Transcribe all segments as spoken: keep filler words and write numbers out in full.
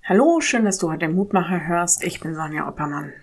Hallo, schön, dass du heute den Mutmacher hörst. Ich bin Sonja Oppermann.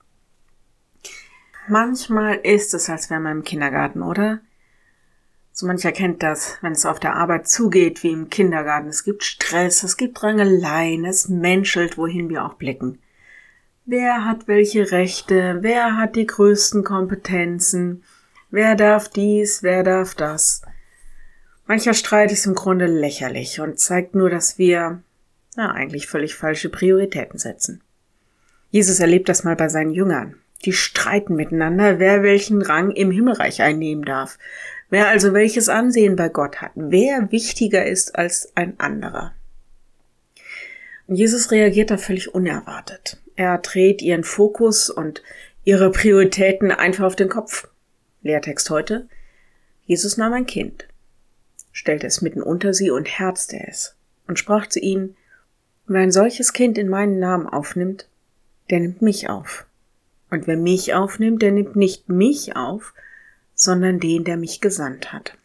Manchmal ist es, als wäre man im Kindergarten, oder? So mancher kennt das, wenn es auf der Arbeit zugeht wie im Kindergarten. Es gibt Stress, es gibt Rangeleien, es menschelt, wohin wir auch blicken. Wer hat welche Rechte? Wer hat die größten Kompetenzen? Wer darf dies? Wer darf das? Mancher Streit ist im Grunde lächerlich und zeigt nur, dass wir na, eigentlich völlig falsche Prioritäten setzen. Jesus erlebt das mal bei seinen Jüngern. Die streiten miteinander, wer welchen Rang im Himmelreich einnehmen darf, wer also welches Ansehen bei Gott hat, wer wichtiger ist als ein anderer. Und Jesus reagiert da völlig unerwartet. Er dreht ihren Fokus und ihre Prioritäten einfach auf den Kopf. Lehrtext heute: Jesus nahm ein Kind, stellte es mitten unter sie und herzte es und sprach zu ihnen: Wer ein solches Kind in meinen Namen aufnimmt, der nimmt mich auf. Und wer mich aufnimmt, der nimmt nicht mich auf, sondern den, der mich gesandt hat.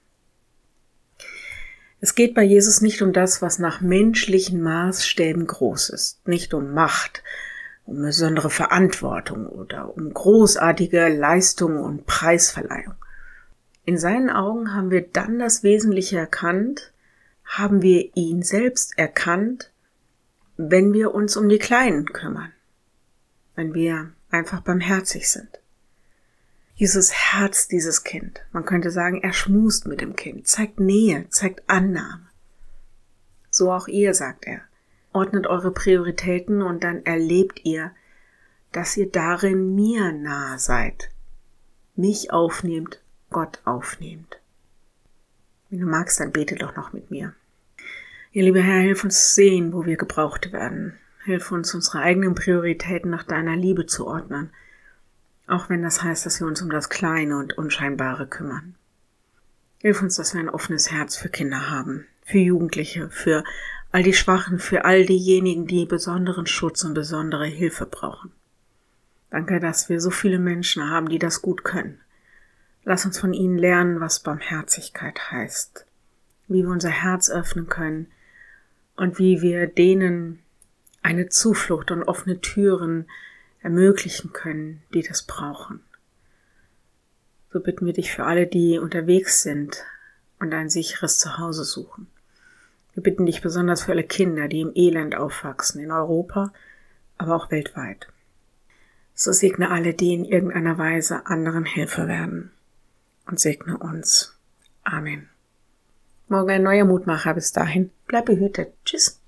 Es geht bei Jesus nicht um das, was nach menschlichen Maßstäben groß ist, nicht um Macht, um besondere Verantwortung oder um großartige Leistung und Preisverleihung. In seinen Augen haben wir dann das Wesentliche erkannt, haben wir ihn selbst erkannt, wenn wir uns um die Kleinen kümmern, wenn wir einfach barmherzig sind. Jesus herzt dieses Kind. Man könnte sagen, er schmust mit dem Kind, zeigt Nähe, zeigt Annahme. So auch ihr, sagt er. Ordnet eure Prioritäten und dann erlebt ihr, dass ihr darin mir nahe seid. Mich aufnehmt, Gott aufnehmt. Wenn du magst, dann bete doch noch mit mir. Ja, lieber Herr, hilf uns sehen, wo wir gebraucht werden. Hilf uns, unsere eigenen Prioritäten nach deiner Liebe zu ordnen. Auch wenn das heißt, dass wir uns um das Kleine und Unscheinbare kümmern. Hilf uns, dass wir ein offenes Herz für Kinder haben, für Jugendliche, für all die Schwachen, für all diejenigen, die besonderen Schutz und besondere Hilfe brauchen. Danke, dass wir so viele Menschen haben, die das gut können. Lass uns von ihnen lernen, was Barmherzigkeit heißt, wie wir unser Herz öffnen können, und wie wir denen eine Zuflucht und offene Türen ermöglichen können, die das brauchen. So bitten wir dich für alle, die unterwegs sind und ein sicheres Zuhause suchen. Wir bitten dich besonders für alle Kinder, die im Elend aufwachsen, in Europa, aber auch weltweit. So segne alle, die in irgendeiner Weise anderen Hilfe werden, und segne uns. Amen. Morgen ein neuer Mutmacher. Bis dahin, bleib behütet. Tschüss.